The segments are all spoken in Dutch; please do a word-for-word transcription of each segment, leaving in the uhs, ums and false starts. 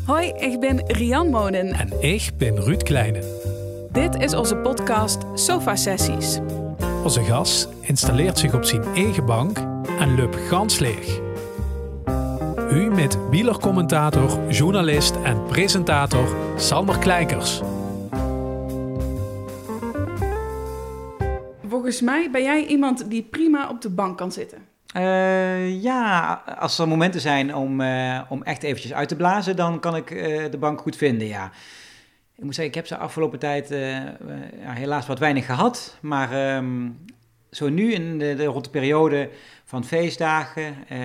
Hoi, ik ben Rian Monen. En ik ben Ruud Kleine. Dit is onze podcast Sofa Sessies. Onze gast installeert zich op zijn eigen bank en loopt gans leeg. U met wielercommentator, journalist en presentator Sander Kleikers. Volgens mij ben jij iemand die prima op de bank kan zitten. Uh, ja, als er momenten zijn om, uh, om echt eventjes uit te blazen, dan kan ik uh, de bank goed vinden, ja. Ik moet zeggen, ik heb ze afgelopen tijd uh, uh, ja, helaas wat weinig gehad. Maar um, zo nu in de, de rond de periode van feestdagen, uh,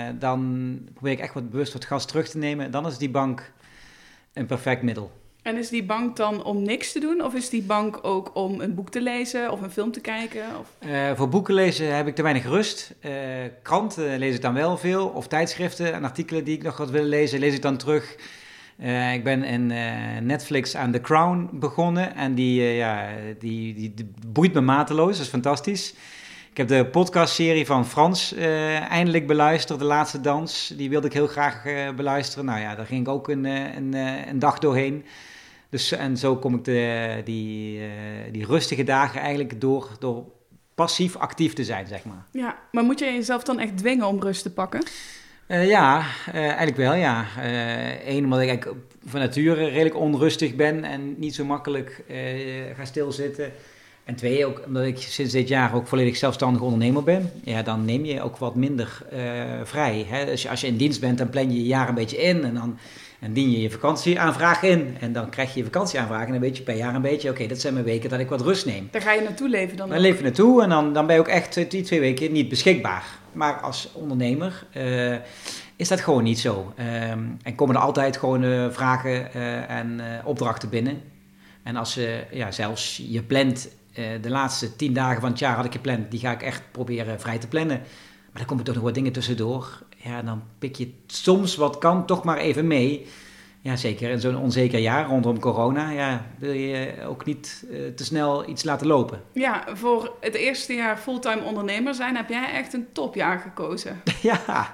dan probeer ik echt wat bewust wat gas terug te nemen. Dan is die bank een perfect middel. En is die bank dan om niks te doen? Of is die bank ook om een boek te lezen of een film te kijken? Of... Uh, voor boeken lezen heb ik te weinig rust. Uh, kranten lees ik dan wel veel. Of tijdschriften en artikelen die ik nog had willen lezen, lees ik dan terug. Uh, ik ben in uh, Netflix aan The Crown begonnen. En die, uh, ja, die, die, die boeit me mateloos. Dat is fantastisch. Ik heb de podcastserie van Frans uh, eindelijk beluisterd, De Laatste Dans. Die wilde ik heel graag uh, beluisteren. Nou ja, daar ging ik ook een, een, een dag doorheen. Dus, en zo kom ik de, die, uh, die rustige dagen eigenlijk door, door passief actief te zijn, zeg maar. Ja, maar moet je jezelf dan echt dwingen om rust te pakken? Uh, ja, uh, eigenlijk wel, ja. Eén, uh, omdat ik eigenlijk van nature redelijk onrustig ben en niet zo makkelijk uh, ga stilzitten. En twee, ook omdat ik sinds dit jaar ook volledig zelfstandig ondernemer ben. Ja, dan neem je ook wat minder uh, vrij. Hè? Als, je, als je in dienst bent, dan plan je je jaar een beetje in en dan... En dien je je vakantieaanvraag in. En dan krijg je je vakantieaanvraag. En dan weet je per jaar een beetje, oké, okay, dat zijn mijn weken dat ik wat rust neem. Daar ga je naartoe leven dan? Dan leef je naartoe en dan, dan ben je ook echt die twee weken niet beschikbaar. Maar als ondernemer uh, is dat gewoon niet zo. Um, en komen er altijd gewoon uh, vragen uh, en uh, opdrachten binnen. En als uh, ja, zelfs je plant, uh, de laatste tien dagen van het jaar had ik gepland, die ga ik echt proberen vrij te plannen. Maar dan komen toch nog wat dingen tussendoor. Ja, dan pik je soms wat kan toch maar even mee. Ja, zeker in zo'n onzeker jaar rondom corona. Ja, wil je ook niet uh, te snel iets laten lopen. Ja, voor het eerste jaar fulltime ondernemer zijn heb jij echt een topjaar gekozen. Ja,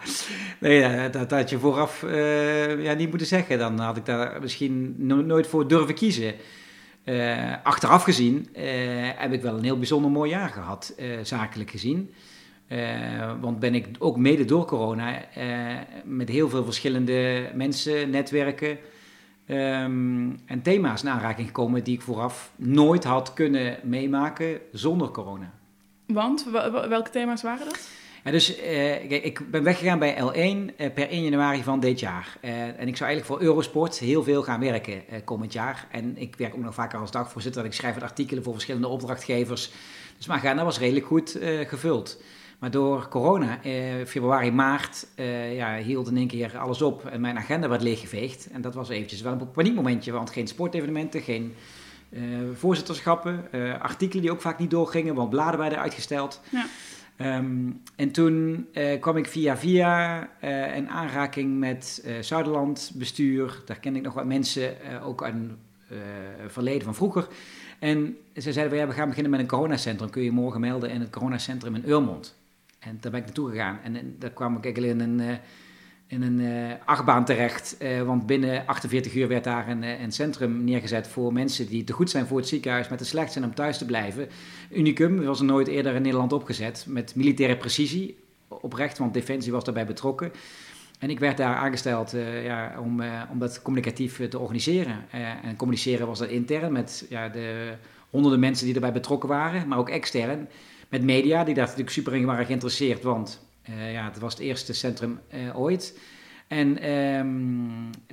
nee, dat had je vooraf uh, ja, niet moeten zeggen. Dan had ik daar misschien no- nooit voor durven kiezen. Uh, achteraf gezien uh, heb ik wel een heel bijzonder mooi jaar gehad, uh, zakelijk gezien. Uh, want ben ik ook mede door corona uh, met heel veel verschillende mensen, netwerken um, en thema's in aanraking gekomen die ik vooraf nooit had kunnen meemaken zonder corona. Want? Welke thema's waren dat? Ja, dus uh, kijk, ik ben weggegaan bij L één uh, per één januari van dit jaar. Uh, en ik zou eigenlijk voor Eurosport heel veel gaan werken uh, komend jaar. En ik werk ook nog vaker als dagvoorzitter. Ik schrijf wat artikelen voor verschillende opdrachtgevers. Dus mijn agenda was redelijk goed uh, gevuld. Maar door corona, eh, februari, maart, eh, ja, hield in één keer alles op en mijn agenda werd leeggeveegd. En dat was eventjes wel een paniekmomentje, want geen sportevenementen, geen uh, voorzitterschappen, uh, artikelen die ook vaak niet doorgingen, want bladen werden uitgesteld. Ja. Um, en toen uh, kwam ik via via uh, in aanraking met uh, Zuiderland bestuur. Daar kende ik nog wat mensen, uh, ook uit een uh, verleden van vroeger. En ze zeiden, ja, we gaan beginnen met een coronacentrum. Kun je morgen melden in het coronacentrum in Urmond. En daar ben ik naartoe gegaan. En, en daar kwam ik eigenlijk in een, uh, in een uh, achtbaan terecht. Uh, want binnen achtenveertig uur werd daar een, uh, een centrum neergezet voor mensen die te goed zijn voor het ziekenhuis, maar te slecht zijn om thuis te blijven. Unicum was er nooit eerder in Nederland opgezet. Met militaire precisie, oprecht, want Defensie was daarbij betrokken. En ik werd daar aangesteld uh, ja, om, uh, om dat communicatief uh, te organiseren. Uh, en communiceren was dat intern met ja, de honderden mensen die erbij betrokken waren, maar ook extern. Met media, die daar natuurlijk super in waren geïnteresseerd, want uh, ja, het was het eerste centrum uh, ooit. En, um, uh,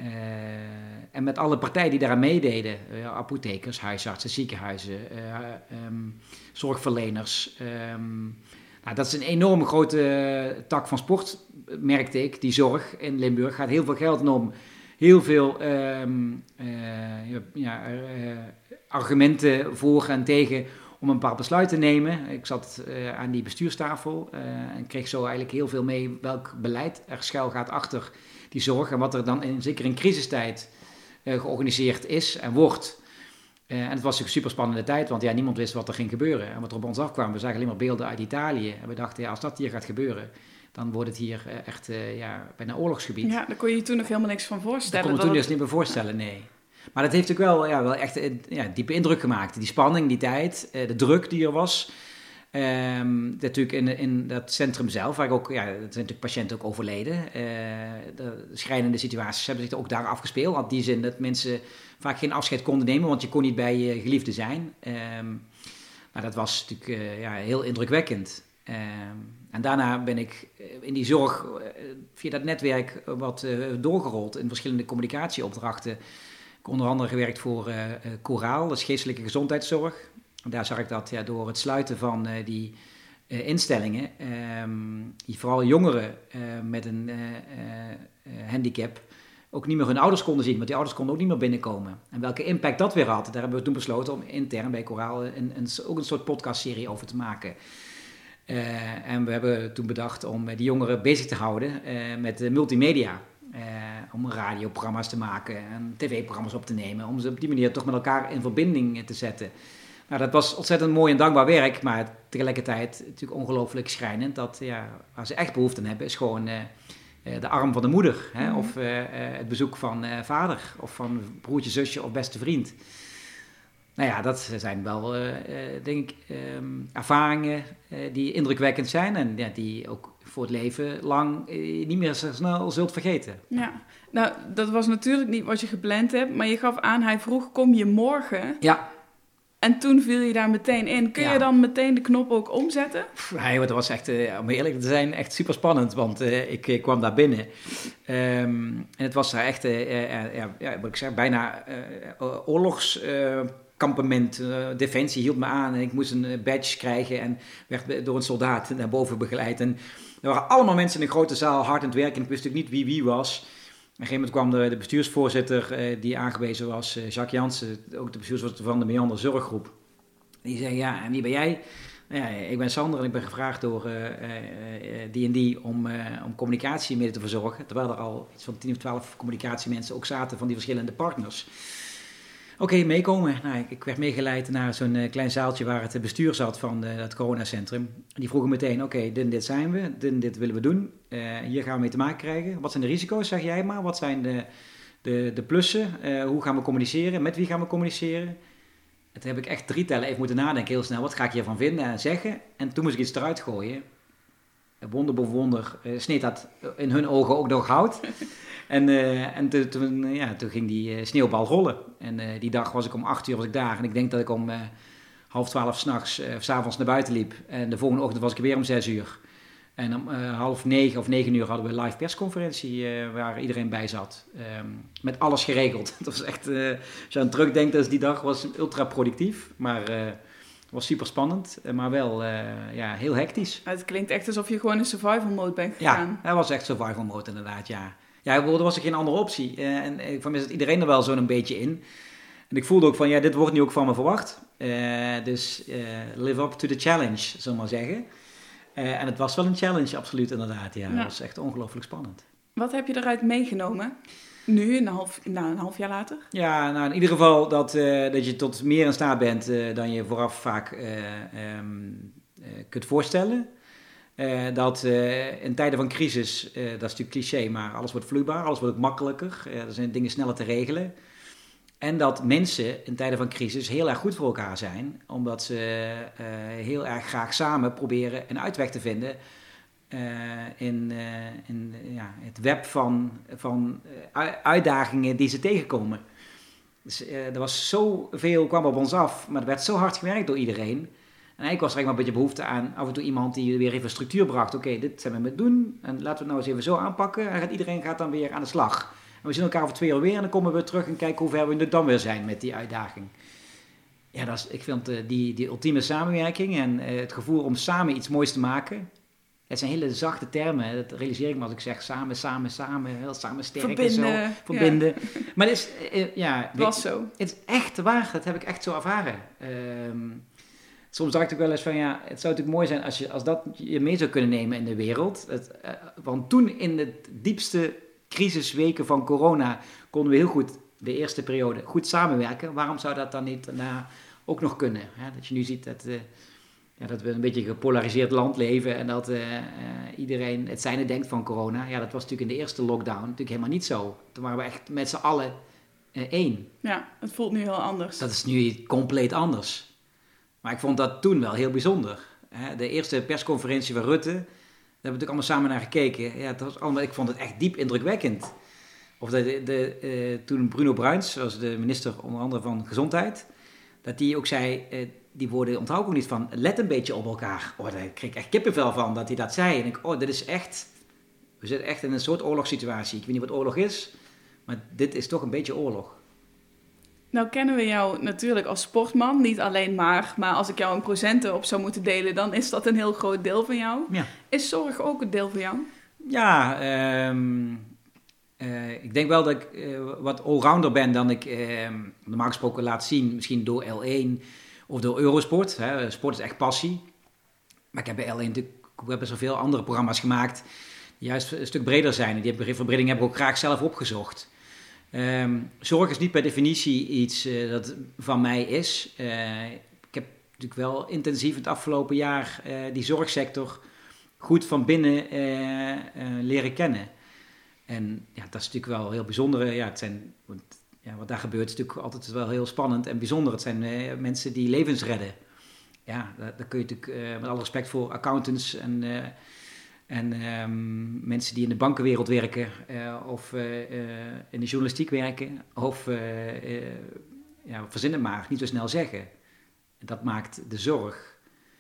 en met alle partijen die daaraan meededen, uh, apothekers, huisartsen, ziekenhuizen, uh, um, zorgverleners. Um, nou, dat is een enorme grote tak van sport, merkte ik, die zorg in Limburg. Gaat heel veel geld om, heel veel um, uh, ja, uh, argumenten voor en tegen om een paar besluiten te nemen. Ik zat uh, aan die bestuurstafel uh, en kreeg zo eigenlijk heel veel mee welk beleid er schuil gaat achter die zorg en wat er dan in, zeker in crisistijd uh, georganiseerd is en wordt. Uh, en het was een super spannende tijd, want ja, niemand wist wat er ging gebeuren en wat er op ons afkwam. We zagen alleen maar beelden uit Italië en we dachten, ja, als dat hier gaat gebeuren, dan wordt het hier uh, echt uh, ja, bijna oorlogsgebied. Ja, daar kon je je toen nog helemaal niks van voorstellen. Dat kon je toen dus niet meer voorstellen, nee. Maar dat heeft ook wel, ja, wel echt een ja, diepe indruk gemaakt. Die spanning, die tijd, uh, de druk die er was. Um, natuurlijk in, in dat centrum zelf, waar ik ook, ja, er zijn natuurlijk patiënten ook overleden. Uh, de schrijnende situaties hebben zich ook daar afgespeeld. In die zin dat mensen vaak geen afscheid konden nemen, want je kon niet bij je geliefde zijn. Um, maar dat was natuurlijk uh, ja, heel indrukwekkend. Um, en daarna ben ik in die zorg uh, via dat netwerk wat uh, doorgerold in verschillende communicatieopdrachten. Ik heb onder andere gewerkt voor uh, Coraal, dat is geestelijke gezondheidszorg. Daar zag ik dat ja, door het sluiten van uh, die uh, instellingen, um, die vooral jongeren uh, met een uh, uh, handicap ook niet meer hun ouders konden zien, want die ouders konden ook niet meer binnenkomen. En welke impact dat weer had, daar hebben we toen besloten om intern bij Coraal een, een, ook een soort podcastserie over te maken. Uh, en we hebben toen bedacht om die jongeren bezig te houden uh, met uh, multimedia. Uh, om radioprogramma's te maken en tv-programma's op te nemen, om ze op die manier toch met elkaar in verbinding te zetten. Nou, dat was ontzettend mooi en dankbaar werk, maar tegelijkertijd natuurlijk ongelooflijk schrijnend. Dat ja, waar ze echt behoefte aan hebben, is gewoon uh, uh, de arm van de moeder. Hè? Mm-hmm. Of uh, uh, het bezoek van uh, vader, of van broertje, zusje of beste vriend. Nou ja, dat zijn wel, uh, uh, denk ik, um, ervaringen uh, die indrukwekkend zijn. En ja, die ook voor het leven lang uh, niet meer zo snel zult vergeten. Ja, nou, dat was natuurlijk niet wat je gepland hebt. Maar je gaf aan, hij vroeg, kom je morgen? Ja. En toen viel je daar meteen in. Kun ja. je dan meteen de knop ook omzetten? Nee, dat was echt, uh, om eerlijk te zijn, echt super spannend. Want uh, ik, ik kwam daar binnen. Um, en het was daar echt, uh, uh, uh, ja, wat ik zeg, bijna uh, oorlogskampement. Uh, uh, Defensie hield me aan en ik moest een badge krijgen. En werd door een soldaat naar boven begeleid. En er waren allemaal mensen in een grote zaal hard aan het werken. En ik wist natuurlijk niet wie wie was. Op een gegeven moment kwam de, de bestuursvoorzitter uh, die aangewezen was, uh, Jacques Jansen, ook de bestuursvoorzitter van de Meander Zorggroep. Die zei, ja, en wie ben jij? Ja, ik ben Sander en ik ben gevraagd door uh, uh, uh, die en die om, uh, om communicatie mee te verzorgen. Terwijl er al iets van tien of twaalf communicatiemensen ook zaten van die verschillende partners. Oké, okay, meekomen. Nou, ik, ik werd meegeleid naar zo'n uh, klein zaaltje waar het bestuur zat van uh, het coronacentrum. Die vroegen meteen, oké, okay, dit en dit zijn we, dit en dit willen we doen. Uh, hier gaan we mee te maken krijgen. Wat zijn de risico's, zeg jij maar? Wat zijn de, de, de plussen? Uh, hoe gaan we communiceren? Met wie gaan we communiceren? En toen heb ik echt drie tellen even moeten nadenken, heel snel. Wat ga ik hiervan vinden en zeggen? En toen moest ik iets eruit gooien. Wonder boven wonder uh, sneed dat in hun ogen ook nog goud. En, uh, en to, toen, ja, toen ging die uh, sneeuwbal rollen. En uh, die dag was ik om acht uur was ik daar. En ik denk dat ik om uh, half twaalf s'nachts of uh, s'avonds naar buiten liep. En de volgende ochtend was ik weer om zes uur. En om uh, half negen of negen uur hadden we een live persconferentie uh, waar iedereen bij zat. Um, met alles geregeld. Het was echt, uh, als je aan terugdenkt, dus die dag was ultra productief. Maar uh, het was super spannend, maar wel uh, ja, heel hectisch. Het klinkt echt alsof je gewoon in survival mode bent gegaan. Ja, dat was echt survival mode inderdaad, ja. Ja, er was er geen andere optie. Uh, en uh, voor mij zit iedereen er wel zo'n beetje in. En ik voelde ook van, ja, dit wordt nu ook van me verwacht. Uh, dus uh, live up to the challenge, zullen we maar zeggen. Uh, en het was wel een challenge, absoluut inderdaad. Ja, ja. Het was echt ongelooflijk spannend. Wat heb je eruit meegenomen? Nu, een half, nou, een half jaar later? Ja, nou in ieder geval dat, uh, dat je tot meer in staat bent uh, dan je vooraf vaak uh, um, uh, kunt voorstellen. Uh, dat uh, in tijden van crisis, uh, dat is natuurlijk cliché, maar alles wordt vloeibaar, alles wordt ook makkelijker. Uh, er zijn dingen sneller te regelen. En dat mensen in tijden van crisis heel erg goed voor elkaar zijn, omdat ze uh, heel erg graag samen proberen een uitweg te vinden uh, in, uh, in ja, het web van, van uh, uitdagingen die ze tegenkomen. Dus, uh, er was zoveel, kwam op ons af, maar er werd zo hard gewerkt door iedereen. En eigenlijk was er eigenlijk maar een beetje behoefte aan af en toe iemand die weer even structuur bracht. Oké, okay, dit zijn we met doen en laten we het nou eens even zo aanpakken. En gaat, iedereen gaat dan weer aan de slag. En we zien elkaar over twee uur weer en dan komen we weer terug en kijken hoe ver we dan weer zijn met die uitdaging. Ja, dat is, ik vind uh, die, die ultieme samenwerking en uh, het gevoel om samen iets moois te maken. Het zijn hele zachte termen, dat realiseer ik me als ik zeg samen, samen, samen, heel samen sterk verbinden, en zo. Verbinden. Ja. Maar het is, uh, ja... Het was zo. Het is echt waar, dat heb ik echt zo ervaren. Um, Soms dacht ik wel eens van ja, het zou natuurlijk mooi zijn als, je, als dat je mee zou kunnen nemen in de wereld. Het, uh, want toen in de diepste crisisweken van corona konden we heel goed de eerste periode goed samenwerken. Waarom zou dat dan niet daarna ook nog kunnen? Hè? Dat je nu ziet dat uh, ja, dat we een beetje een gepolariseerd land leven en dat uh, uh, iedereen het zijne denkt van corona. Ja, dat was natuurlijk in de eerste lockdown natuurlijk helemaal niet zo. Toen waren we echt met z'n allen uh, één. Ja, het voelt nu heel anders. Dat is nu compleet anders. Maar ik vond dat toen wel heel bijzonder. Hè? De eerste persconferentie van Rutte, daar hebben we natuurlijk allemaal samen naar gekeken. Ja, dat was allemaal, ik vond het echt diep indrukwekkend. Of de, de, uh, toen Bruno Bruins, was de minister onder andere van Gezondheid, dat die ook zei, uh, die woorden onthoud ik ook niet van, let een beetje op elkaar. Oh, daar kreeg ik echt kippenvel van dat hij dat zei. En ik, oh, dit is echt, we zitten echt in een soort oorlogssituatie. Ik weet niet wat oorlog is, maar dit is toch een beetje oorlog. Nou kennen we jou natuurlijk als sportman, niet alleen maar, maar als ik jou een procenten op zou moeten delen, dan is dat een heel groot deel van jou. Ja. Is zorg ook een deel van jou? Ja, um, uh, ik denk wel dat ik uh, wat allrounder ben dan ik uh, normaal gesproken laat zien, misschien door L één of door Eurosport. Hè. Sport is echt passie. Maar ik heb bij L één natuurlijk ik heb best wel veel andere programma's gemaakt die juist een stuk breder zijn. En die verbreding heb ik ook graag zelf opgezocht. Um, zorg is niet per definitie iets uh, dat van mij is. Uh, ik heb natuurlijk wel intensief het afgelopen jaar uh, die zorgsector goed van binnen uh, uh, leren kennen. En ja, dat is natuurlijk wel heel bijzonder. Ja, het zijn, want, ja, wat daar gebeurt is natuurlijk altijd wel heel spannend en bijzonder. Het zijn uh, mensen die levens redden. Ja, daar kun je natuurlijk uh, met alle respect voor accountants en... Uh, En um, mensen die in de bankenwereld werken, uh, of uh, uh, in de journalistiek werken, of uh, uh, ja, verzin het maar, niet zo snel zeggen. En dat maakt de zorg.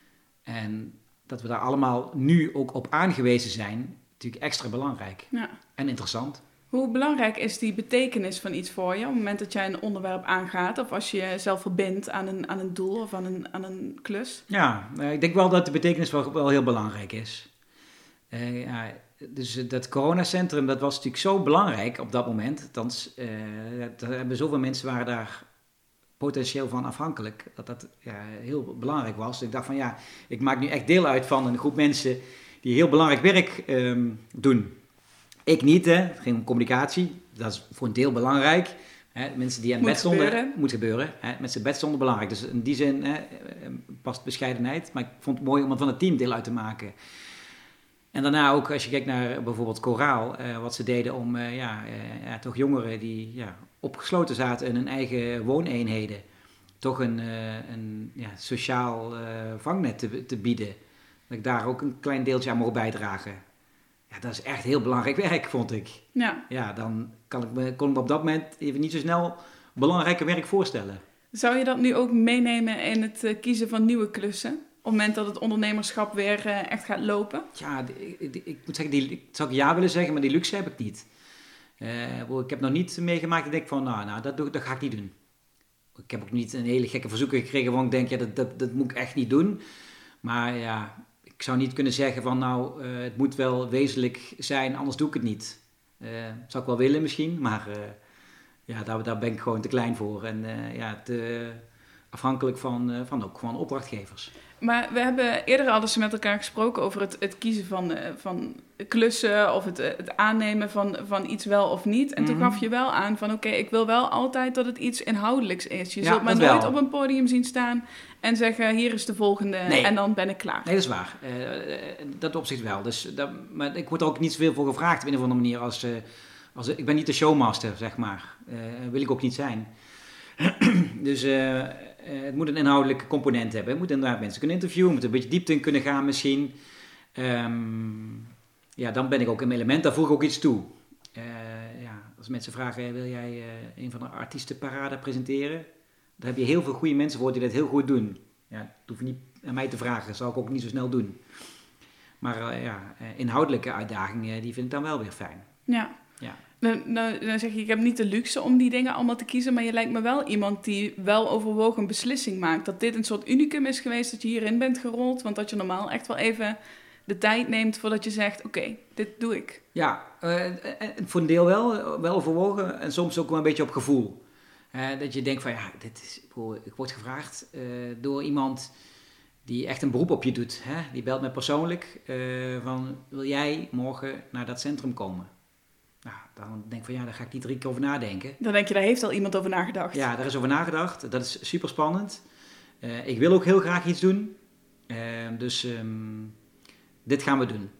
En dat we daar allemaal nu ook op aangewezen zijn, natuurlijk extra belangrijk. Ja. En interessant. Hoe belangrijk is die betekenis van iets voor je op het moment dat jij een onderwerp aangaat, of als je jezelf verbindt aan een, aan een doel of aan een, aan een klus? Ja, uh, ik denk wel dat de betekenis wel, wel heel belangrijk is. Uh, ja, dus dat coronacentrum, dat was natuurlijk zo belangrijk op dat moment. Althans, uh, dat hebben zoveel mensen waren daar potentieel van afhankelijk. Dat dat ja, heel belangrijk was. Ik dacht van ja, ik maak nu echt deel uit van een groep mensen die heel belangrijk werk um, doen. Ik niet, hè. Het ging om communicatie. Dat is voor een deel belangrijk. Hè. Mensen die aan het bed stonden, gebeuren. moet gebeuren. Hè. Mensen bed stonden belangrijk. Dus in die zin hè, past bescheidenheid. Maar ik vond het mooi om er van het team deel uit te maken. En daarna ook, als je kijkt naar bijvoorbeeld Koraal, uh, wat ze deden om uh, ja, uh, ja, toch jongeren die ja, opgesloten zaten in hun eigen wooneenheden, toch een, uh, een ja, sociaal uh, vangnet te, te bieden. Dat ik daar ook een klein deeltje aan mocht bijdragen. Ja, dat is echt heel belangrijk werk, vond ik. Ja. Ja, dan kan ik me, kon ik me op dat moment even niet zo snel belangrijker werk voorstellen. Zou je dat nu ook meenemen in het uh, kiezen van nieuwe klussen? Op het moment dat het ondernemerschap weer uh, echt gaat lopen? Ja, die, die, ik moet zeggen, die, ik zou ja willen zeggen, maar die luxe heb ik niet. Uh, ik heb nog niet meegemaakt dat ik denk van, nou, nou dat, doe, dat ga ik niet doen. Ik heb ook niet een hele gekke verzoeken gekregen waarvan ik denk, ja, dat, dat, dat moet ik echt niet doen. Maar ja, ik zou niet kunnen zeggen van, nou, uh, het moet wel wezenlijk zijn, anders doe ik het niet. Uh, zou ik wel willen misschien, maar uh, ja, daar, daar ben ik gewoon te klein voor. En uh, ja, te afhankelijk van, uh, van ook van opdrachtgevers. Maar we hebben eerder al eens met elkaar gesproken over het, het kiezen van, uh, van klussen of het, uh, het aannemen van, van iets wel of niet. En mm-hmm. toen gaf je wel aan van oké, okay, ik wil wel altijd dat het iets inhoudelijks is. Je ja, zult mij nooit wel op een podium zien staan en zeggen hier is de volgende nee. en dan ben ik klaar. Nee, dat is waar. Uh, dat opzicht wel. Dus, dat, maar ik word er ook niet zoveel voor gevraagd op een of andere manier. Als, uh, als, ik ben niet de showmaster, zeg maar. Uh, wil ik ook niet zijn. dus... Uh, Uh, het moet een inhoudelijke component hebben. Het moet inderdaad mensen kunnen interviewen, moet een beetje diepte in kunnen gaan misschien. Um, ja, dan ben ik ook een element, daar voeg ik ook iets toe. Uh, ja, als mensen vragen, wil jij uh, een van de artiestenparade presenteren? Daar heb je heel veel goede mensen voor die dat heel goed doen. Ja, dat hoef je niet aan mij te vragen, dat zou ik ook niet zo snel doen. Maar uh, ja, uh, inhoudelijke uitdagingen, die vind ik dan wel weer fijn. Ja. Ja. Nou, nou, dan zeg je, ik heb niet de luxe om die dingen allemaal te kiezen, maar je lijkt me wel iemand die wel overwogen een beslissing maakt. Dat dit een soort unicum is geweest, dat je hierin bent gerold, want dat je normaal echt wel even de tijd neemt voordat je zegt, oké, okay, dit doe ik. Ja, uh, voor een deel wel, wel overwogen en soms ook wel een beetje op gevoel. Uh, dat je denkt van, ja, dit is, ik word gevraagd uh, door iemand die echt een beroep op je doet. Hè? Die belt me persoonlijk uh, van, wil jij morgen naar dat centrum komen? Nou, dan denk ik van ja, daar ga ik niet drie keer over nadenken. Dan denk je, daar heeft al iemand over nagedacht. Ja, daar is over nagedacht. Dat is super spannend. Uh, ik wil ook heel graag iets doen. Uh, dus um, dit gaan we doen.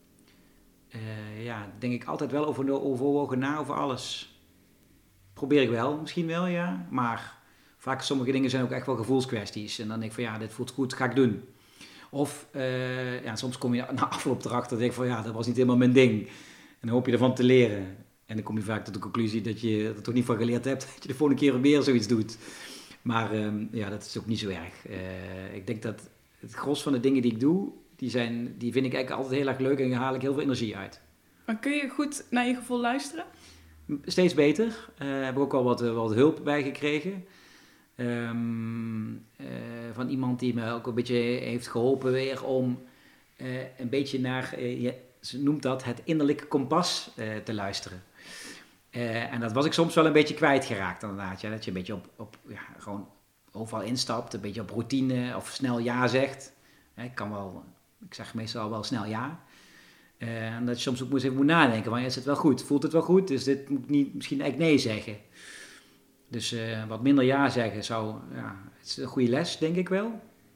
Uh, ja, denk ik altijd wel over, overwogen na over alles. Probeer ik wel, misschien wel, ja. Maar vaak sommige dingen zijn ook echt wel gevoelskwesties. En dan denk ik van ja, dit voelt goed, ga ik doen. Of uh, ja, soms kom je na afloop erachter en denk ik van ja, dat was niet helemaal mijn ding. En dan hoop je ervan te leren. En dan kom je vaak tot de conclusie dat je er toch niet van geleerd hebt. Dat je de volgende keer weer zoiets doet. Maar um, ja, dat is ook niet zo erg. Uh, ik denk dat het gros van de dingen die ik doe, die, zijn, die vind ik eigenlijk altijd heel erg leuk en daar haal ik heel veel energie uit. Maar kun je goed naar je gevoel luisteren? Steeds beter. Daar uh, heb ik ook al wat, uh, wat hulp bij gekregen. Um, uh, van iemand die me ook een beetje heeft geholpen weer om uh, een beetje naar, uh, ja, ze noemt dat het innerlijke kompas uh, te luisteren. Uh, en dat was ik soms wel een beetje kwijtgeraakt inderdaad. Ja, dat je een beetje op, op ja, gewoon overal instapt, een beetje op routine of snel ja zegt. Uh, ik kan wel, ik zeg meestal wel snel ja. Uh, en dat je soms ook moet even moet nadenken, van, ja, is het wel goed? Voelt het wel goed? Dus dit moet ik niet misschien eigenlijk nee zeggen. Dus uh, wat minder ja zeggen zou, ja, het is een goede les, denk ik wel.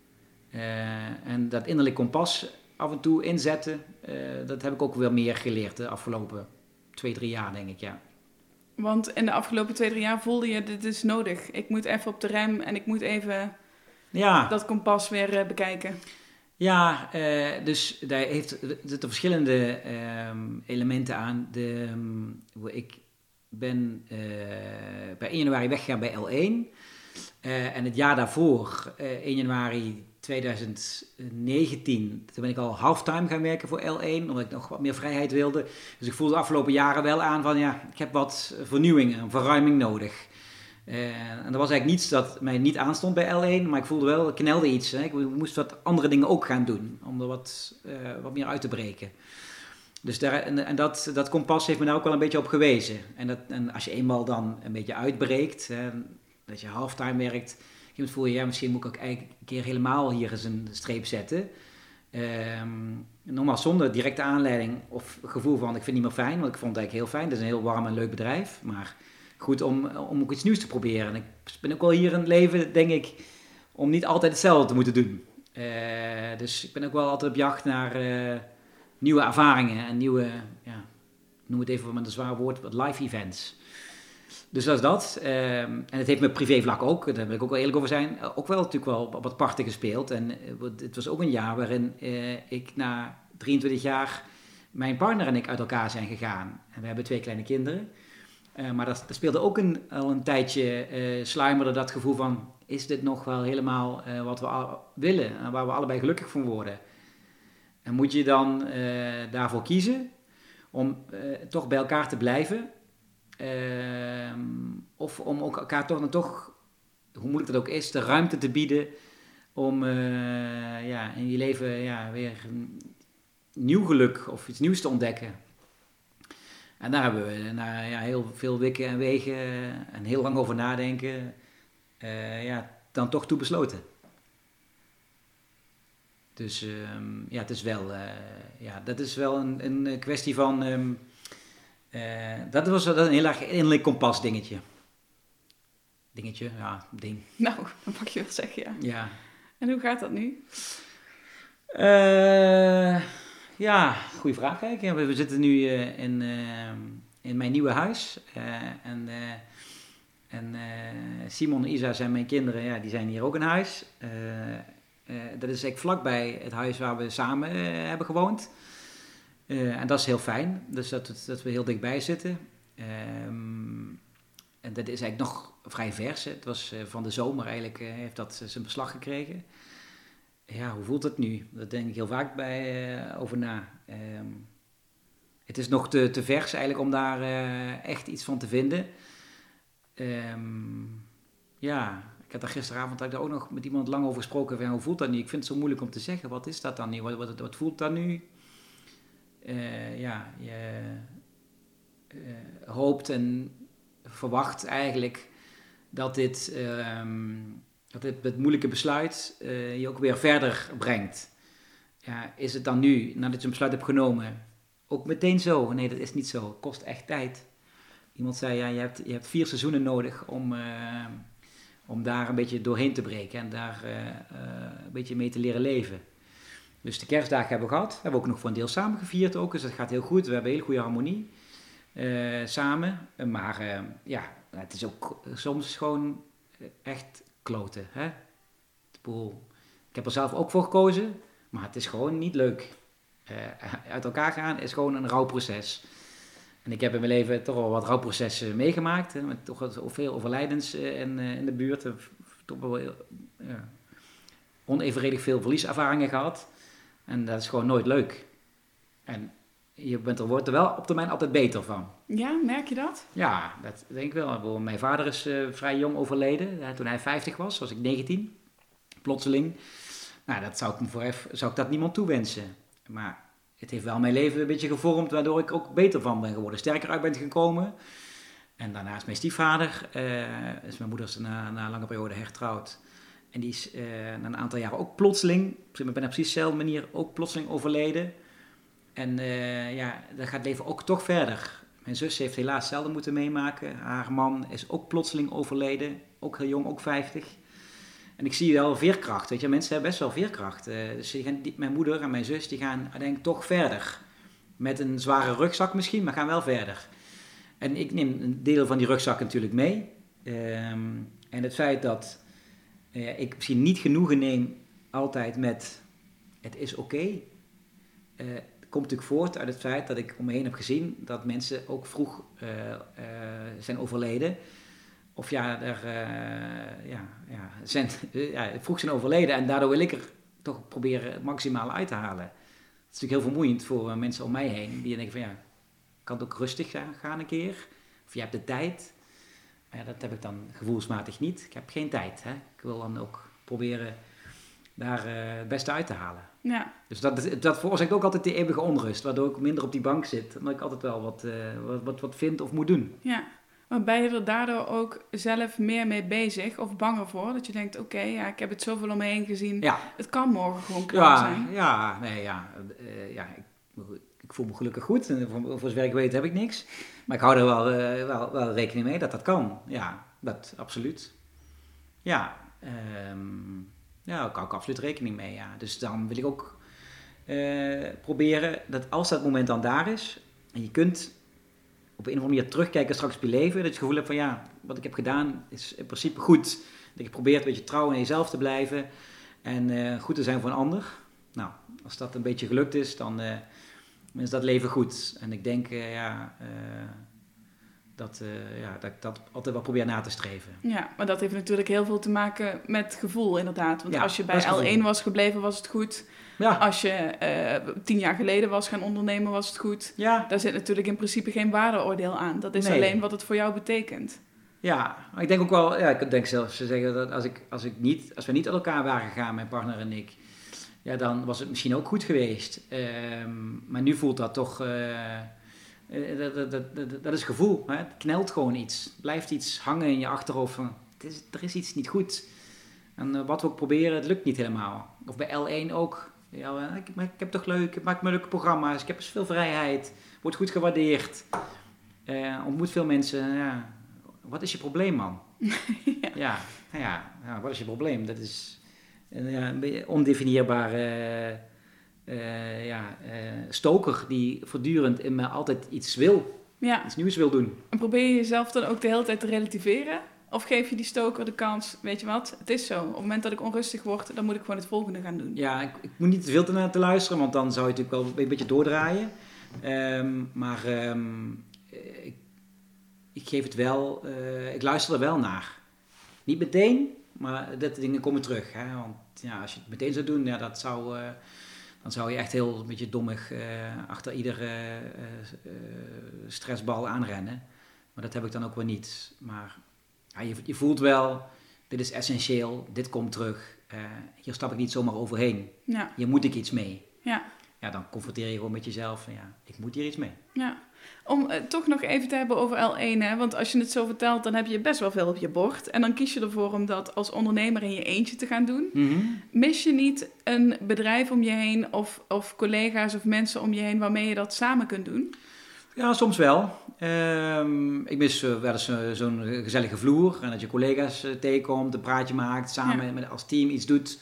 Uh, en dat innerlijk kompas af en toe inzetten, uh, dat heb ik ook wel meer geleerd de afgelopen twee, drie jaar, denk ik, ja. Want in de afgelopen twee, drie jaar voelde je, dit is nodig. Ik moet even op de rem en ik moet even ja. dat kompas weer uh, bekijken. Ja, uh, dus daar heeft, er zitten verschillende um, elementen aan. De, um, ik ben uh, bij één januari weggegaan bij L één. Uh, en het jaar daarvoor, uh, één januari tweeduizend negentien, toen ben ik al halftime gaan werken voor L één, omdat ik nog wat meer vrijheid wilde. Dus ik voelde de afgelopen jaren wel aan van ja, ik heb wat vernieuwing en verruiming nodig. Uh, en er was eigenlijk niets dat mij niet aanstond bij L één, maar ik voelde wel, ik knelde iets. Hè. Ik moest wat andere dingen ook gaan doen, om er wat, uh, wat meer uit te breken. Dus daar, en, en dat, dat kompas heeft me daar ook wel een beetje op gewezen. En, dat, en als je eenmaal dan een beetje uitbreekt, hè, dat je halftime werkt, je voel je, ja, misschien moet ik ook eigenlijk een keer helemaal hier eens een streep zetten. Um, nogmaals, zonder directe aanleiding of gevoel van, ik vind het niet meer fijn, want ik vond het eigenlijk heel fijn. Het is een heel warm en leuk bedrijf, maar goed om, om ook iets nieuws te proberen. En ik ben ook wel hier in het leven, denk ik, om niet altijd hetzelfde te moeten doen. Uh, dus ik ben ook wel altijd op jacht naar uh, nieuwe ervaringen en nieuwe, ja, noem het even met een zwaar woord, wat live events. Dus dat is dat. Uh, en het heeft me privévlak ook, daar wil ik ook wel eerlijk over zijn, ook wel natuurlijk wel wat parten gespeeld. En uh, het was ook een jaar waarin uh, ik na drieëntwintig jaar, mijn partner en ik uit elkaar zijn gegaan. En we hebben twee kleine kinderen. Uh, maar dat, dat speelde ook een, al een tijdje, uh, sluimerde dat gevoel van, is dit nog wel helemaal uh, wat we al willen en waar we allebei gelukkig van worden? En moet je dan uh, daarvoor kiezen om uh, toch bij elkaar te blijven? Uh, of om ook elkaar toch en toch, hoe moeilijk dat ook is, de ruimte te bieden om uh, ja, in je leven ja, weer een nieuw geluk of iets nieuws te ontdekken. En daar hebben we na ja, heel veel wikken en wegen en heel lang over nadenken, uh, ja, dan toch toe besloten. Dus um, ja, het is wel, uh, ja, dat is wel een, een kwestie van, um, uh, dat was dat een heel erg innerlijk kompas dingetje. Dingetje, ja, ding. Nou, dat mag je wel zeggen, ja. Ja. En hoe gaat dat nu? Uh, ja, goede vraag eigenlijk. We zitten nu uh, in, uh, in mijn nieuwe huis. Uh, en uh, en uh, Simon en Isa zijn mijn kinderen, ja, die zijn hier ook in huis. Uh, uh, dat is eigenlijk vlakbij het huis waar we samen uh, hebben gewoond. Uh, en dat is heel fijn, dus dat, dat we heel dichtbij zitten. Um, en dat is eigenlijk nog vrij vers. Hè. Het was uh, van de zomer eigenlijk, uh, heeft dat uh, zijn beslag gekregen. Ja, hoe voelt het nu? Daar denk ik heel vaak bij uh, over na. Um, het is nog te, te vers eigenlijk om daar uh, echt iets van te vinden. Um, ja, ik had daar gisteravond had ik daar ook nog met iemand lang over gesproken. Van, hoe voelt dat nu? Ik vind het zo moeilijk om te zeggen. Wat is dat dan nu? Wat, wat, wat voelt dat nu? Uh, ja, je uh, hoopt en verwacht eigenlijk dat dit, um, dat dit het moeilijke besluit uh, je ook weer verder brengt. Ja, is het dan nu, nadat je een besluit hebt genomen, ook meteen zo? Nee, dat is niet zo. Het kost echt tijd. Iemand zei, ja, je hebt, je hebt vier seizoenen nodig om, uh, Om daar een beetje doorheen te breken en daar uh, uh, een beetje mee te leren leven. Dus de kerstdagen hebben we gehad. Hebben we ook nog voor een deel samen gevierd ook. Dus dat gaat heel goed. We hebben een hele goede harmonie uh, samen. Maar uh, ja, het is ook soms gewoon echt kloten. Hè? Ik heb er zelf ook voor gekozen. Maar het is gewoon niet leuk. Uh, uit elkaar gaan is gewoon een rouwproces. En ik heb in mijn leven toch wel wat rouwprocessen meegemaakt. Hè, met toch wel veel overlijdens uh, in, uh, in de buurt. Uh, toch wel uh, onevenredig veel verlieservaringen gehad. En dat is gewoon nooit leuk. En je bent er, wordt er wel op termijn altijd beter van. Ja, merk je dat? Ja, dat denk ik wel. Mijn vader is uh, vrij jong overleden. Uh, toen hij vijftig was, was ik negentien. Plotseling. Nou, dat zou ik, me voor even, zou ik dat niemand toewensen. Maar het heeft wel mijn leven een beetje gevormd, waardoor ik er ook beter van ben geworden. Sterker uit ben gekomen. En daarnaast mijn stiefvader. Uh, is mijn moeder is na, na een lange periode hertrouwd. En die is uh, na een aantal jaren ook plotseling, ik ben op precies dezelfde manier, ook plotseling overleden. En uh, ja, dan gaat het leven ook toch verder. Mijn zus heeft helaas zelden moeten meemaken. Haar man is ook plotseling overleden. Ook heel jong, ook vijftig. En ik zie wel veerkracht, weet je, mensen hebben best wel veerkracht. Uh, dus die gaan, die, mijn moeder en mijn zus, die gaan uiteindelijk toch verder. Met een zware rugzak misschien, maar gaan wel verder. En ik neem een deel van die rugzak natuurlijk mee. Um, en het feit dat uh, ik misschien niet genoegen neem altijd met het is oké. Okay, uh, komt natuurlijk voort uit het feit dat ik om me heen heb gezien dat mensen ook vroeg uh, uh, zijn overleden. Of ja, er uh, ja, ja, zijn, uh, ja, vroeg zijn overleden en daardoor wil ik er toch proberen het maximale uit te halen. Het is natuurlijk heel vermoeiend voor uh, mensen om mij heen. Die denken van ja, kan het ook rustig gaan een keer? Of je hebt de tijd. Maar ja, dat heb ik dan gevoelsmatig niet. Ik heb geen tijd. Hè? Ik wil dan ook proberen daar uh, het beste uit te halen. Ja. Dus dat, dat veroorzaakt ook altijd die eeuwige onrust. Waardoor ik minder op die bank zit. Omdat ik altijd wel wat, uh, wat, wat, wat vind of moet doen. Ja. Maar ben je er daardoor ook zelf meer mee bezig of banger voor? Dat je denkt, oké, okay, ja, ik heb het zoveel om me heen gezien. Ja. Het kan morgen gewoon klaar ja, zijn. Ja, nee, ja. Uh, ja ik, ik voel me gelukkig goed. En voor, voor zover ik weet heb ik niks. Maar ik hou er wel, uh, wel, wel rekening mee dat dat kan. Ja, dat absoluut. Ja, um, ja, daar hou ik absoluut rekening mee. Ja. Dus dan wil ik ook uh, proberen dat als dat moment dan daar is... en je kunt... op een of andere manier terugkijken straks op je leven. Dat je het gevoel hebt van ja, wat ik heb gedaan is in principe goed. Dat je probeert een beetje trouw aan jezelf te blijven. En uh, goed te zijn voor een ander. Nou, als dat een beetje gelukt is, dan uh, is dat leven goed. En ik denk uh, ja, uh, dat, uh, ja, dat ik dat altijd wel probeer na te streven. Ja, maar dat heeft natuurlijk heel veel te maken met gevoel inderdaad. Want ja, als je bij L één was gebleven, was het goed. Ja. Als je uh, tien jaar geleden was gaan ondernemen, was het goed. Ja. Daar zit natuurlijk in principe geen waardeoordeel aan. Dat is nee. alleen wat het voor jou betekent. Ja, maar ik denk ook wel, ja, ik denk zelfs te zeggen dat als, ik, als, ik niet, als we niet uit elkaar waren gegaan, mijn partner en ik, ja, dan was het misschien ook goed geweest. Um, maar nu voelt dat toch, uh, dat, dat, dat, dat, dat is gevoel. Hè? Het knelt gewoon iets. Het blijft iets hangen in je achterhoofd van, het is, er is iets niet goed. En uh, wat we ook proberen, het lukt niet helemaal. Of bij L één ook. Ja, ik, maar ik heb toch leuk, ik maak me leuke programma's, ik heb dus veel vrijheid, wordt goed gewaardeerd, uh, ontmoet veel mensen. Ja. Wat is je probleem, man? ja. Ja, nou ja, ja, wat is je probleem? Dat is een, ja, een ondefinieerbare uh, ja, uh, stoker die voortdurend in me altijd iets wil, ja. iets nieuws wil doen. En probeer je jezelf dan ook de hele tijd te relativeren? Of geef je die stoker de kans, weet je wat, het is zo. Op het moment dat ik onrustig word, dan moet ik gewoon het volgende gaan doen. Ja, ik, ik moet niet te veel te, naar te luisteren, want dan zou je natuurlijk wel een beetje doordraaien. Um, maar um, ik, ik geef het wel, uh, ik luister er wel naar. Niet meteen, maar dat dingen komen terug. Hè? Want ja, als je het meteen zou doen, ja, dat zou, uh, dan zou je echt heel een beetje dommig uh, achter iedere uh, uh, stressbal aanrennen. Maar dat heb ik dan ook weer niet. Maar... Ja, je, je voelt wel, dit is essentieel, dit komt terug, uh, hier stap ik niet zomaar overheen. Ja. Hier moet ik iets mee. Ja. Ja, dan confronteer je gewoon met jezelf van ja, ik moet hier iets mee. Ja. Om uh, toch nog even te hebben over L één, hè? Want als je het zo vertelt, dan heb je best wel veel op je bord. En dan kies je ervoor om dat als ondernemer in je eentje te gaan doen. Mm-hmm. Mis je niet een bedrijf om je heen of, of collega's of mensen om je heen waarmee je dat samen kunt doen? Ja, soms wel. Um, ik mis uh, wel eens uh, zo'n gezellige vloer. En dat je collega's uh, tegenkomt, een praatje maakt, samen ja. met, als team iets doet.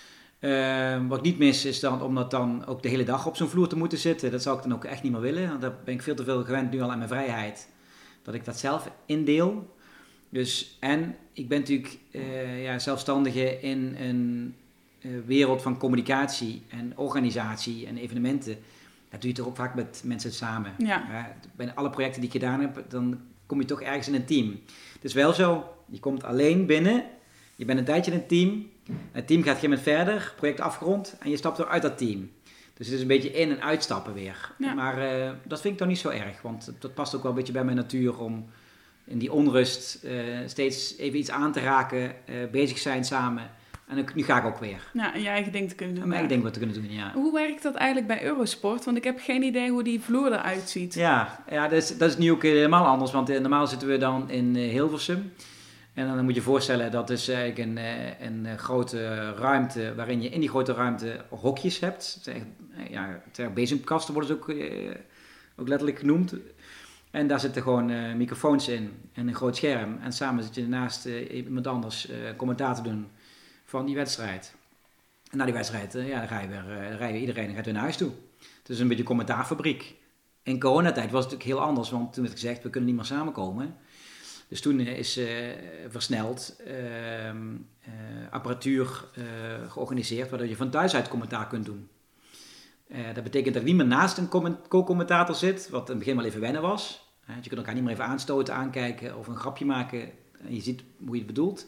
Uh, wat ik niet mis is dan om dat dan ook de hele dag op zo'n vloer te moeten zitten. Dat zou ik dan ook echt niet meer willen. Want daar ben ik veel te veel gewend nu al aan mijn vrijheid. Dat ik dat zelf indeel. Dus, en ik ben natuurlijk uh, ja, zelfstandige in een uh, wereld van communicatie en organisatie en evenementen. Dat doe je toch ook vaak met mensen samen. Ja. Ja, bij alle projecten die ik gedaan heb, dan kom je toch ergens in een team. Het is wel zo, je komt alleen binnen, je bent een tijdje in een team. Het team gaat geen moment verder, project afgerond en je stapt weer uit dat team. Dus het is een beetje in- en uitstappen weer. Ja. Maar uh, dat vind ik toch niet zo erg, want dat past ook wel een beetje bij mijn natuur om in die onrust uh, steeds even iets aan te raken, uh, bezig zijn samen. En nu ga ik ook weer. Ja, en je eigen ding te kunnen doen. Mijn eigen ding wat te kunnen doen, ja. Hoe werkt dat eigenlijk bij Eurosport? Want ik heb geen idee hoe die vloer eruit ziet. Ja, ja dat, is, dat is nu ook helemaal anders. Want normaal zitten we dan in uh, Hilversum. En dan moet je je voorstellen, dat is eigenlijk een, uh, een grote ruimte... waarin je in die grote ruimte hokjes hebt. Het zijn, ja, bezemkasten worden ze ook, uh, ook letterlijk genoemd. En daar zitten gewoon uh, microfoons in en een groot scherm. En samen zit je naast uh, iemand anders uh, commentaar te doen van die wedstrijd. En na die wedstrijd, uh, ja, dan ga je weer, uh, dan rij je, iedereen gaat weer naar huis toe. Het is een beetje een commentaarfabriek. In coronatijd was het natuurlijk heel anders, want toen werd gezegd, we kunnen niet meer samenkomen. Dus toen uh, is uh, versneld uh, uh, apparatuur uh, georganiseerd, waardoor je van thuis uit commentaar kunt doen. Uh, dat betekent dat ik niet meer naast een co-commentator zit, wat in het begin wel even wennen was. Uh, je kunt elkaar niet meer even aanstoten, aankijken of een grapje maken. En je ziet hoe je het bedoelt.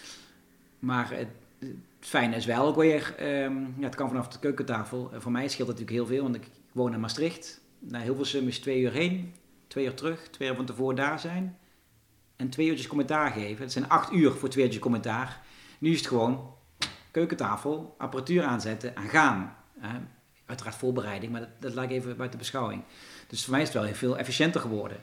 Maar het, het fijne is wel ook weer, um, ja, het kan vanaf de keukentafel. Uh, voor mij scheelt het natuurlijk heel veel, want ik woon in Maastricht. Naar Hilversum is twee uur heen, twee uur terug, twee uur van tevoren daar zijn. En twee uurtjes commentaar geven. Het zijn acht uur voor twee uurtjes commentaar. Nu is het gewoon keukentafel, apparatuur aanzetten en gaan. Uh, Uiteraard voorbereiding, maar dat, dat laat ik even buiten beschouwing. Dus voor mij is het wel heel veel efficiënter geworden.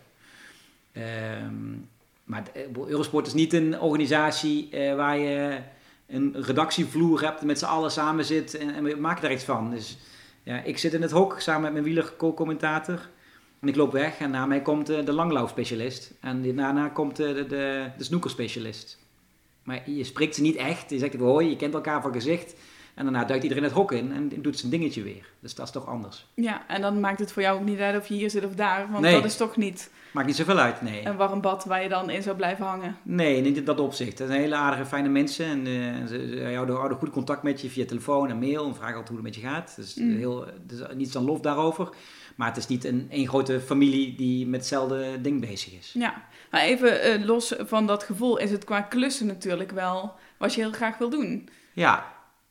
Um, maar Eurosport is niet een organisatie uh, waar je een redactievloer hebt en met z'n allen samen zit en, en we maken daar iets van. Dus ja, ik zit in het hok samen met mijn wieler co-commentator en ik loop weg en na mij komt uh, de langlaufspecialist en daarna komt uh, de, de, de snoekerspecialist. Maar je spreekt ze niet echt, je zegt hoi, je kent elkaar van gezicht. En daarna duikt iedereen het hok in en doet zijn dingetje weer. Dus dat is toch anders. Ja, en dan maakt het voor jou ook niet uit of je hier zit of daar. Want nee. dat is toch niet... Maakt niet zoveel uit, nee. Een warm bad waar je dan in zou blijven hangen. Nee, niet in dat opzicht. Dat zijn hele aardige, fijne mensen. En uh, ze, ze houden, houden goed contact met je via telefoon en mail. En vragen altijd hoe het met je gaat. Dus mm. heel, dus niets dan lof daarover. Maar het is niet een één grote familie die met hetzelfde ding bezig is. Ja, maar even uh, los van dat gevoel is het qua klussen natuurlijk wel wat je heel graag wil doen. Ja.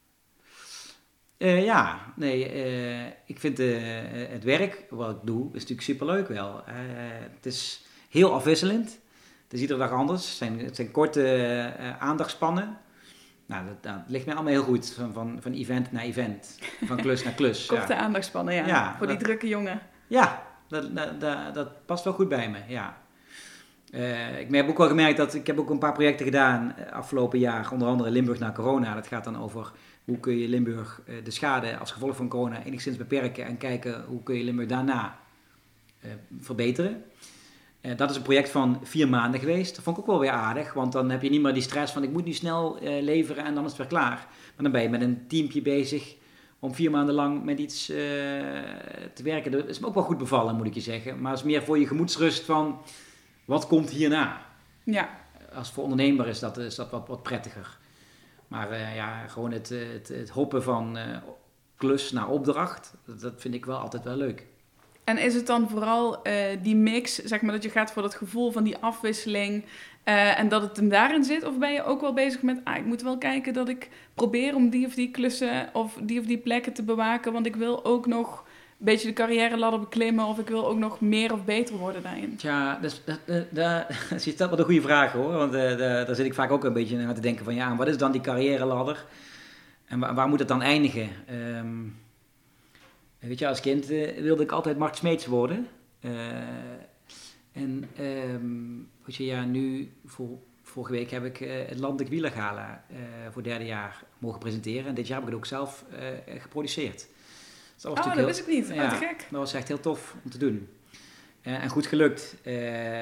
Uh, ja, nee, uh, ik vind uh, het werk wat ik doe is natuurlijk superleuk wel. Uh, het is heel afwisselend. Het is iedere dag anders. Het zijn, het zijn korte uh, aandachtspannen. Nou, dat, dat ligt mij allemaal heel goed. Van, van, van event naar event. Van klus naar klus. Korte ja. aandachtspannen, ja. ja voor dat, die drukke jongen. Ja, dat, dat, dat, dat past wel goed bij me, ja. Uh, ik heb ook wel gemerkt dat ik heb ook een paar projecten gedaan uh, afgelopen jaar. Onder andere Limburg na corona. Dat gaat dan over hoe kun je Limburg uh, de schade als gevolg van corona enigszins beperken. En kijken hoe kun je Limburg daarna uh, verbeteren. Uh, dat is een project van vier maanden geweest. Dat vond ik ook wel weer aardig. Want dan heb je niet meer die stress van ik moet nu snel uh, leveren en dan is het weer klaar. Maar dan ben je met een teampje bezig om vier maanden lang met iets uh, te werken. Dat is me ook wel goed bevallen, moet ik je zeggen. Maar het is meer voor je gemoedsrust van wat komt hierna. Ja. Als voor ondernemer is dat, is dat wat, wat prettiger. Maar uh, ja, gewoon het, het, het hoppen van uh, klus naar opdracht, dat, dat vind ik wel altijd wel leuk. En is het dan vooral uh, die mix, zeg maar, dat je gaat voor dat gevoel van die afwisseling uh, en dat het hem daarin zit? Of ben je ook wel bezig met, ah, ik moet wel kijken dat ik probeer om die of die klussen of die of die plekken te bewaken, want ik wil ook nog een beetje de carrière ladder beklimmen of ik wil ook nog meer of beter worden daarin? Ja, dat, dat, dat, dat, je stelt wat een goede vraag hoor, want uh, daar zit ik vaak ook een beetje aan te denken van ja, wat is dan die carrière ladder en waar, waar moet het dan eindigen? Um, weet je, als kind uh, wilde ik altijd Mart Smeets worden. Uh, en um, weet je, ja, nu, voor, vorige week heb ik uh, het Landelijk Wielergala uh, voor het derde jaar mogen presenteren en dit jaar heb ik het ook zelf uh, geproduceerd. Dat oh, dat heel, wist ik niet. Ja, oh, te gek. Dat was echt heel tof om te doen. Uh, en goed gelukt. Uh,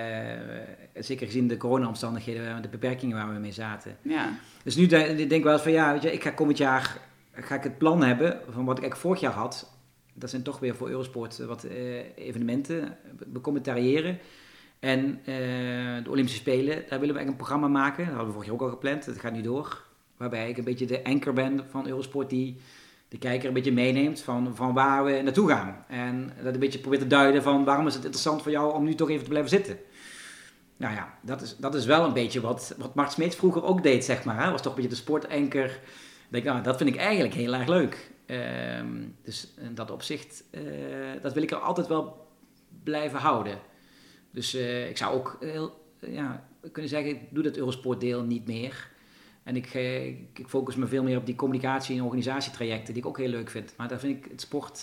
zeker gezien de corona-omstandigheden, de beperkingen waar we mee zaten. Ja. Dus nu denk ik wel eens van ja, weet je, ik ga komend jaar ga ik het plan hebben van wat ik eigenlijk vorig jaar had. Dat zijn toch weer voor Eurosport wat uh, evenementen, becommentariëren. En uh, de Olympische Spelen, daar willen we eigenlijk een programma maken. Dat hadden we vorig jaar ook al gepland, dat gaat nu door. Waarbij ik een beetje de anchor ben van Eurosport die de kijker een beetje meeneemt van, van waar we naartoe gaan. En dat een beetje probeert te duiden van waarom is het interessant voor jou om nu toch even te blijven zitten. Nou ja, dat is, dat is wel een beetje wat, wat Mart Smeets vroeger ook deed, zeg maar. Hè? Was toch een beetje de sportanker. Ik denk, nou, dat vind ik eigenlijk heel erg leuk. Um, dus in dat opzicht, uh, dat wil ik er altijd wel blijven houden. Dus uh, ik zou ook heel, uh, ja, kunnen zeggen, ik doe dat Eurosport-deel niet meer. En ik, uh, ik focus me veel meer op die communicatie- en organisatietrajecten, die ik ook heel leuk vind. Maar daar vind ik het sport,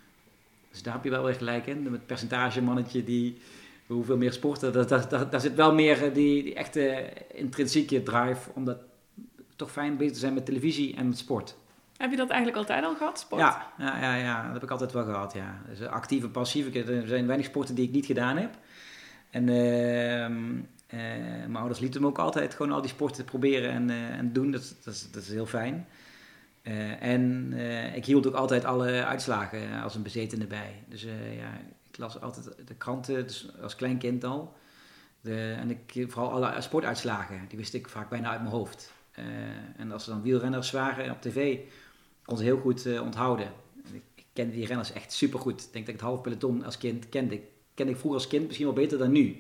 dus daar heb je wel weer gelijk in. Met het percentage-mannetje die hoeveel meer sporten, daar, daar, daar, daar zit wel meer die, die echte intrinsieke drive om dat toch fijn bezig te zijn met televisie en met sport. Heb je dat eigenlijk altijd al gehad, sport? Ja, ja, ja, ja, dat heb ik altijd wel gehad, ja. Dus actief en passief. Er zijn weinig sporten die ik niet gedaan heb. En uh, uh, mijn ouders lieten me ook altijd gewoon al die sporten proberen en, uh, en doen. Dat, dat, is, dat is heel fijn. Uh, en uh, ik hield ook altijd alle uitslagen als een bezetene bij. Dus uh, ja, ik las altijd de kranten, dus als klein kind al. De, en ik, vooral alle sportuitslagen, die wist ik vaak bijna uit mijn hoofd. Uh, en als er dan wielrenners waren op tv, kon ze heel goed uh, onthouden. Ik, ik kende die renners echt supergoed. Ik denk dat ik het halve peloton als kind kende. Ik kende ik vroeger als kind misschien wel beter dan nu.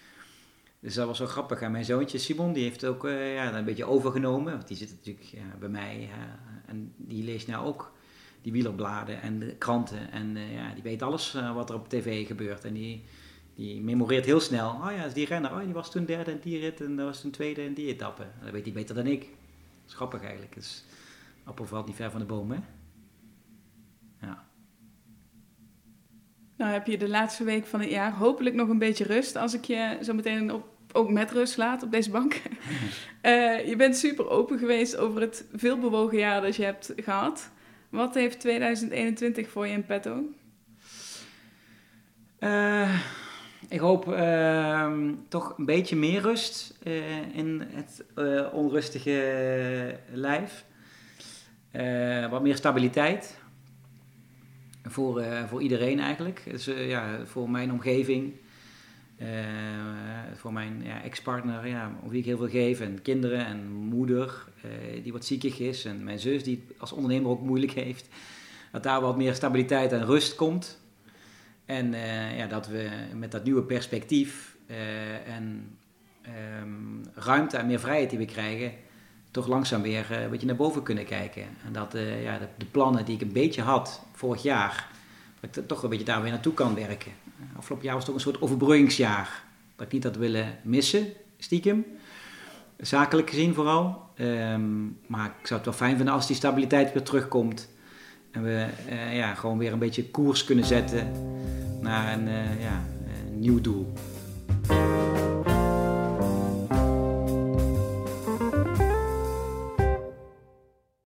Dus dat was wel grappig. En mijn zoontje Simon, die heeft ook uh, ja, een beetje overgenomen. Want die zit natuurlijk ja, bij mij. Uh, en die leest nou ook die wielerbladen en de kranten. En uh, ja, die weet alles uh, wat er op tv gebeurt. En die, die memoreert heel snel. Oh ja, dat is die renner. Oh, die was toen derde in die rit. En dat was toen tweede in die etappe. Dat weet hij beter dan ik. Dat is grappig eigenlijk. Dus, appel valt niet ver van de boom, hè? Ja. Nou heb je de laatste week van het jaar hopelijk nog een beetje rust als ik je zo meteen op, ook met rust laat op deze bank. uh, je bent super open geweest over het veelbewogen jaar dat je hebt gehad. Wat heeft tweeduizend eenentwintig voor je in petto? Uh, ik hoop uh, toch een beetje meer rust uh, in het uh, onrustige lijf. Uh, wat meer stabiliteit. Voor, uh, voor iedereen eigenlijk. Dus, uh, ja, voor mijn omgeving. Uh, voor mijn ja, ex-partner, ja, om wie ik heel veel geef. En kinderen en moeder uh, die wat ziekig is. En mijn zus die het als ondernemer ook moeilijk heeft. Dat daar wat meer stabiliteit en rust komt. En uh, ja, dat we met dat nieuwe perspectief uh, en um, ruimte en meer vrijheid die we krijgen, toch langzaam weer uh, een beetje naar boven kunnen kijken. En dat uh, ja, de, de plannen die ik een beetje had vorig jaar, dat ik toch een beetje daar weer naartoe kan werken. Afgelopen jaar was het ook een soort overbruggingsjaar. Dat ik niet had willen missen, stiekem. Zakelijk gezien vooral. Um, maar ik zou het wel fijn vinden als die stabiliteit weer terugkomt. En we uh, ja, gewoon weer een beetje koers kunnen zetten naar een, uh, ja, een nieuw doel.